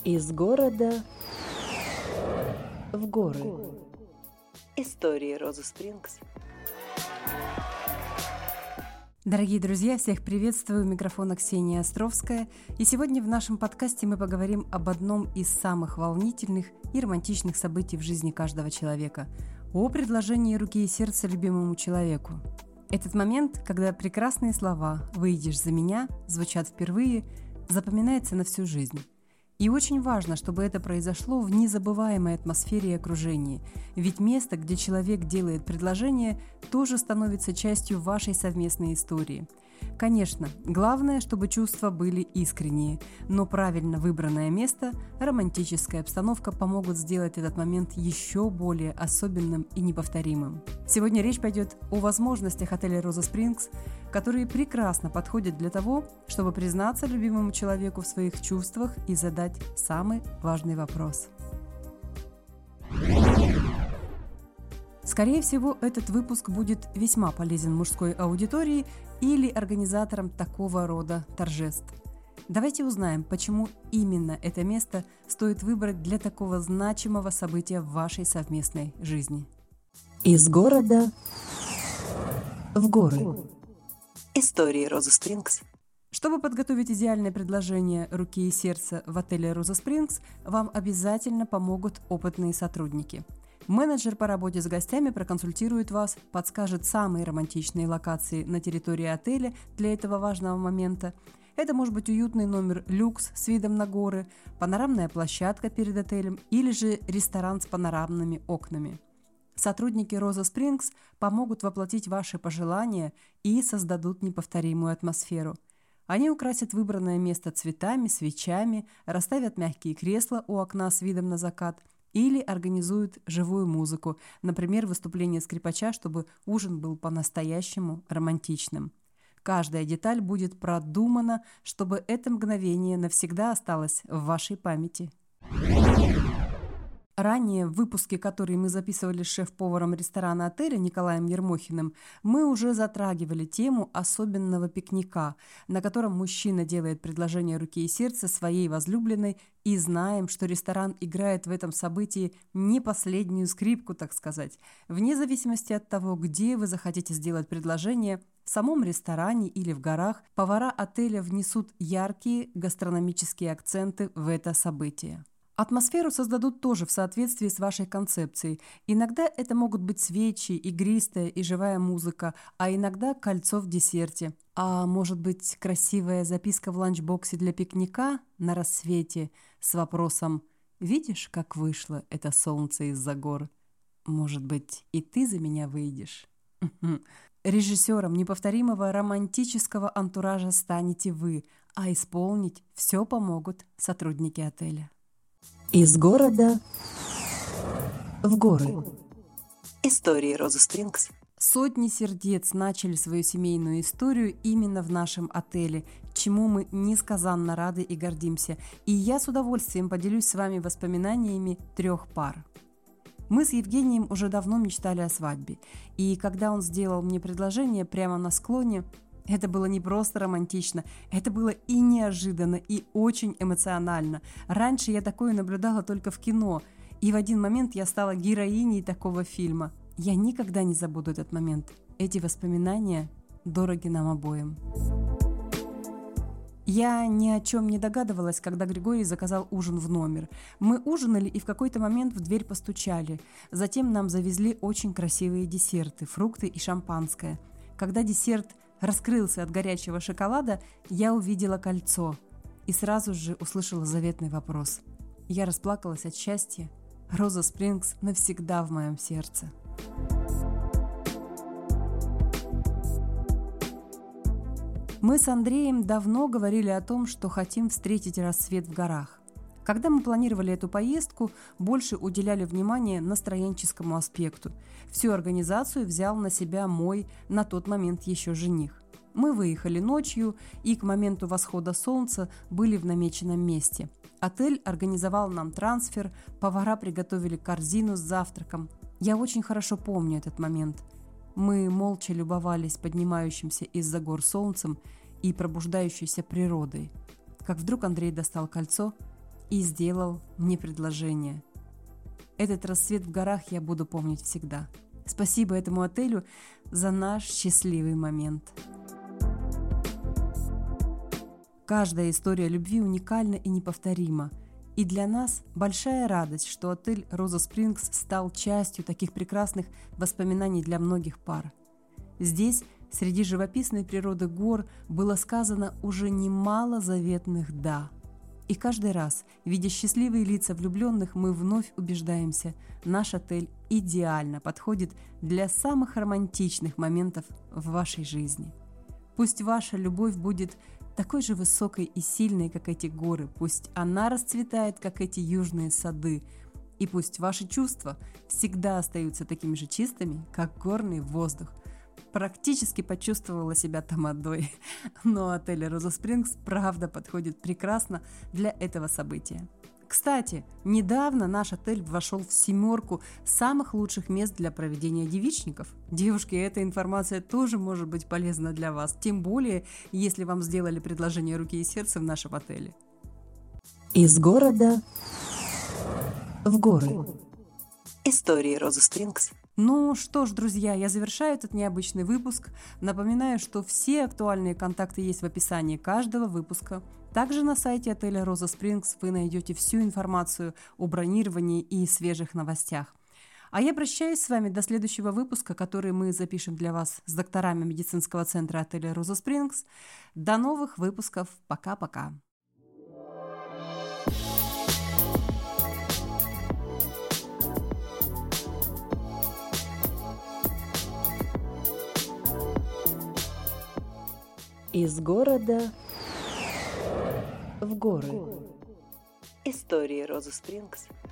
Из города в горы. Истории Розы Спрингс. Дорогие друзья, всех приветствую, у микрофона Ксения Островская. И сегодня в нашем подкасте мы поговорим об одном из самых волнительных и романтичных событий в жизни каждого человека – о предложении руки и сердца любимому человеку. Этот момент, когда прекрасные слова «выйдешь за меня» звучат впервые, запоминается на всю жизнь. И очень важно, чтобы это произошло в незабываемой атмосфере и окружении, ведь место, где человек делает предложение, тоже становится частью вашей совместной истории. Конечно, главное, чтобы чувства были искренние, но правильно выбранное место, романтическая обстановка помогут сделать этот момент еще более особенным и неповторимым. Сегодня речь пойдет о возможностях отеля «Роза Спрингс», которые прекрасно подходят для того, чтобы признаться любимому человеку в своих чувствах и задать самый важный вопрос. Скорее всего, этот выпуск будет весьма полезен мужской аудитории или организаторам такого рода торжеств. Давайте узнаем, почему именно это место стоит выбрать для такого значимого события в вашей совместной жизни. Из города в горы. Истории Розы Спрингс. Чтобы подготовить идеальное предложение руки и сердца в отеле «Роза Спрингс», вам обязательно помогут опытные сотрудники. Менеджер по работе с гостями проконсультирует вас, подскажет самые романтичные локации на территории отеля для этого важного момента. Это может быть уютный номер люкс с видом на горы, панорамная площадка перед отелем или же ресторан с панорамными окнами. Сотрудники «Роза Спрингс» помогут воплотить ваши пожелания и создадут неповторимую атмосферу. Они украсят выбранное место цветами, свечами, расставят мягкие кресла у окна с видом на закат или организуют живую музыку, например, выступление скрипача, чтобы ужин был по-настоящему романтичным. Каждая деталь будет продумана, чтобы это мгновение навсегда осталось в вашей памяти. Ранее в выпуске, который мы записывали с шеф-поваром ресторана отеля Николаем Ермохиным, мы уже затрагивали тему особенного пикника, на котором мужчина делает предложение руки и сердца своей возлюбленной, и знаем, что ресторан играет в этом событии не последнюю скрипку, так сказать. Вне зависимости от того, где вы захотите сделать предложение, в самом ресторане или в горах, повара отеля внесут яркие гастрономические акценты в это событие. Атмосферу создадут тоже в соответствии с вашей концепцией. Иногда это могут быть свечи, игристая и живая музыка, а иногда кольцо в десерте. А может быть, красивая записка в ланчбоксе для пикника на рассвете с вопросом «Видишь, как вышло это солнце из-за гор? Может быть, и ты за меня выйдешь?» Режиссером неповторимого романтического антуража станете вы, а исполнить все помогут сотрудники отеля. Из города в горы. Истории Розы Спрингс. Сотни сердец начали свою семейную историю именно в нашем отеле, чему мы несказанно рады и гордимся. И я с удовольствием поделюсь с вами воспоминаниями 3 пар. Мы с Евгением уже давно мечтали о свадьбе, и когда он сделал мне предложение прямо на склоне, это было не просто романтично, это было и неожиданно, и очень эмоционально. Раньше я такое наблюдала только в кино, и в один момент я стала героиней такого фильма. Я никогда не забуду этот момент. Эти воспоминания дороги нам обоим. Я ни о чем не догадывалась, когда Григорий заказал ужин в номер. Мы ужинали, и в какой-то момент в дверь постучали. Затем нам завезли очень красивые десерты, фрукты и шампанское. Когда десерт раскрылся от горячего шоколада, я увидела кольцо и сразу же услышала заветный вопрос. Я расплакалась от счастья. Роза Спрингс навсегда в моем сердце. Мы с Андреем давно говорили о том, что хотим встретить рассвет в горах. Когда мы планировали эту поездку, больше уделяли внимание настроенческому аспекту. Всю организацию взял на себя мой на тот момент еще жених. Мы выехали ночью и к моменту восхода солнца были в намеченном месте. Отель организовал нам трансфер, повара приготовили корзину с завтраком. Я очень хорошо помню этот момент. Мы молча любовались поднимающимся из-за гор солнцем и пробуждающейся природой. Как вдруг Андрей достал кольцо и сделал мне предложение. Этот рассвет в горах я буду помнить всегда. Спасибо этому отелю за наш счастливый момент. Каждая история любви уникальна и неповторима. И для нас большая радость, что отель Роза Спрингс стал частью таких прекрасных воспоминаний для многих пар. Здесь, среди живописной природы гор, было сказано уже немало заветных «да». И каждый раз, видя счастливые лица влюбленных, мы вновь убеждаемся, наш отель идеально подходит для самых романтичных моментов в вашей жизни. Пусть ваша любовь будет такой же высокой и сильной, как эти горы, пусть она расцветает, как эти южные сады, и пусть ваши чувства всегда остаются такими же чистыми, как горный воздух. Практически почувствовала себя тамадой, но отель Роза Спрингс правда подходит прекрасно для этого события. Кстати, недавно наш отель вошел в 7 самых лучших мест для проведения девичников. Девушки, эта информация тоже может быть полезна для вас, тем более, если вам сделали предложение руки и сердца в нашем отеле. Из города в горы. Истории Розы Спрингс. Ну что ж, друзья, я завершаю этот необычный выпуск. Напоминаю, что все актуальные контакты есть в описании каждого выпуска. Также на сайте отеля Роза Спрингс вы найдете всю информацию о бронировании и свежих новостях. А я прощаюсь с вами до следующего выпуска, который мы запишем для вас с докторами медицинского центра отеля Роза Спрингс. До новых выпусков. Пока-пока. Из города в горы. Истории Розы Спрингс.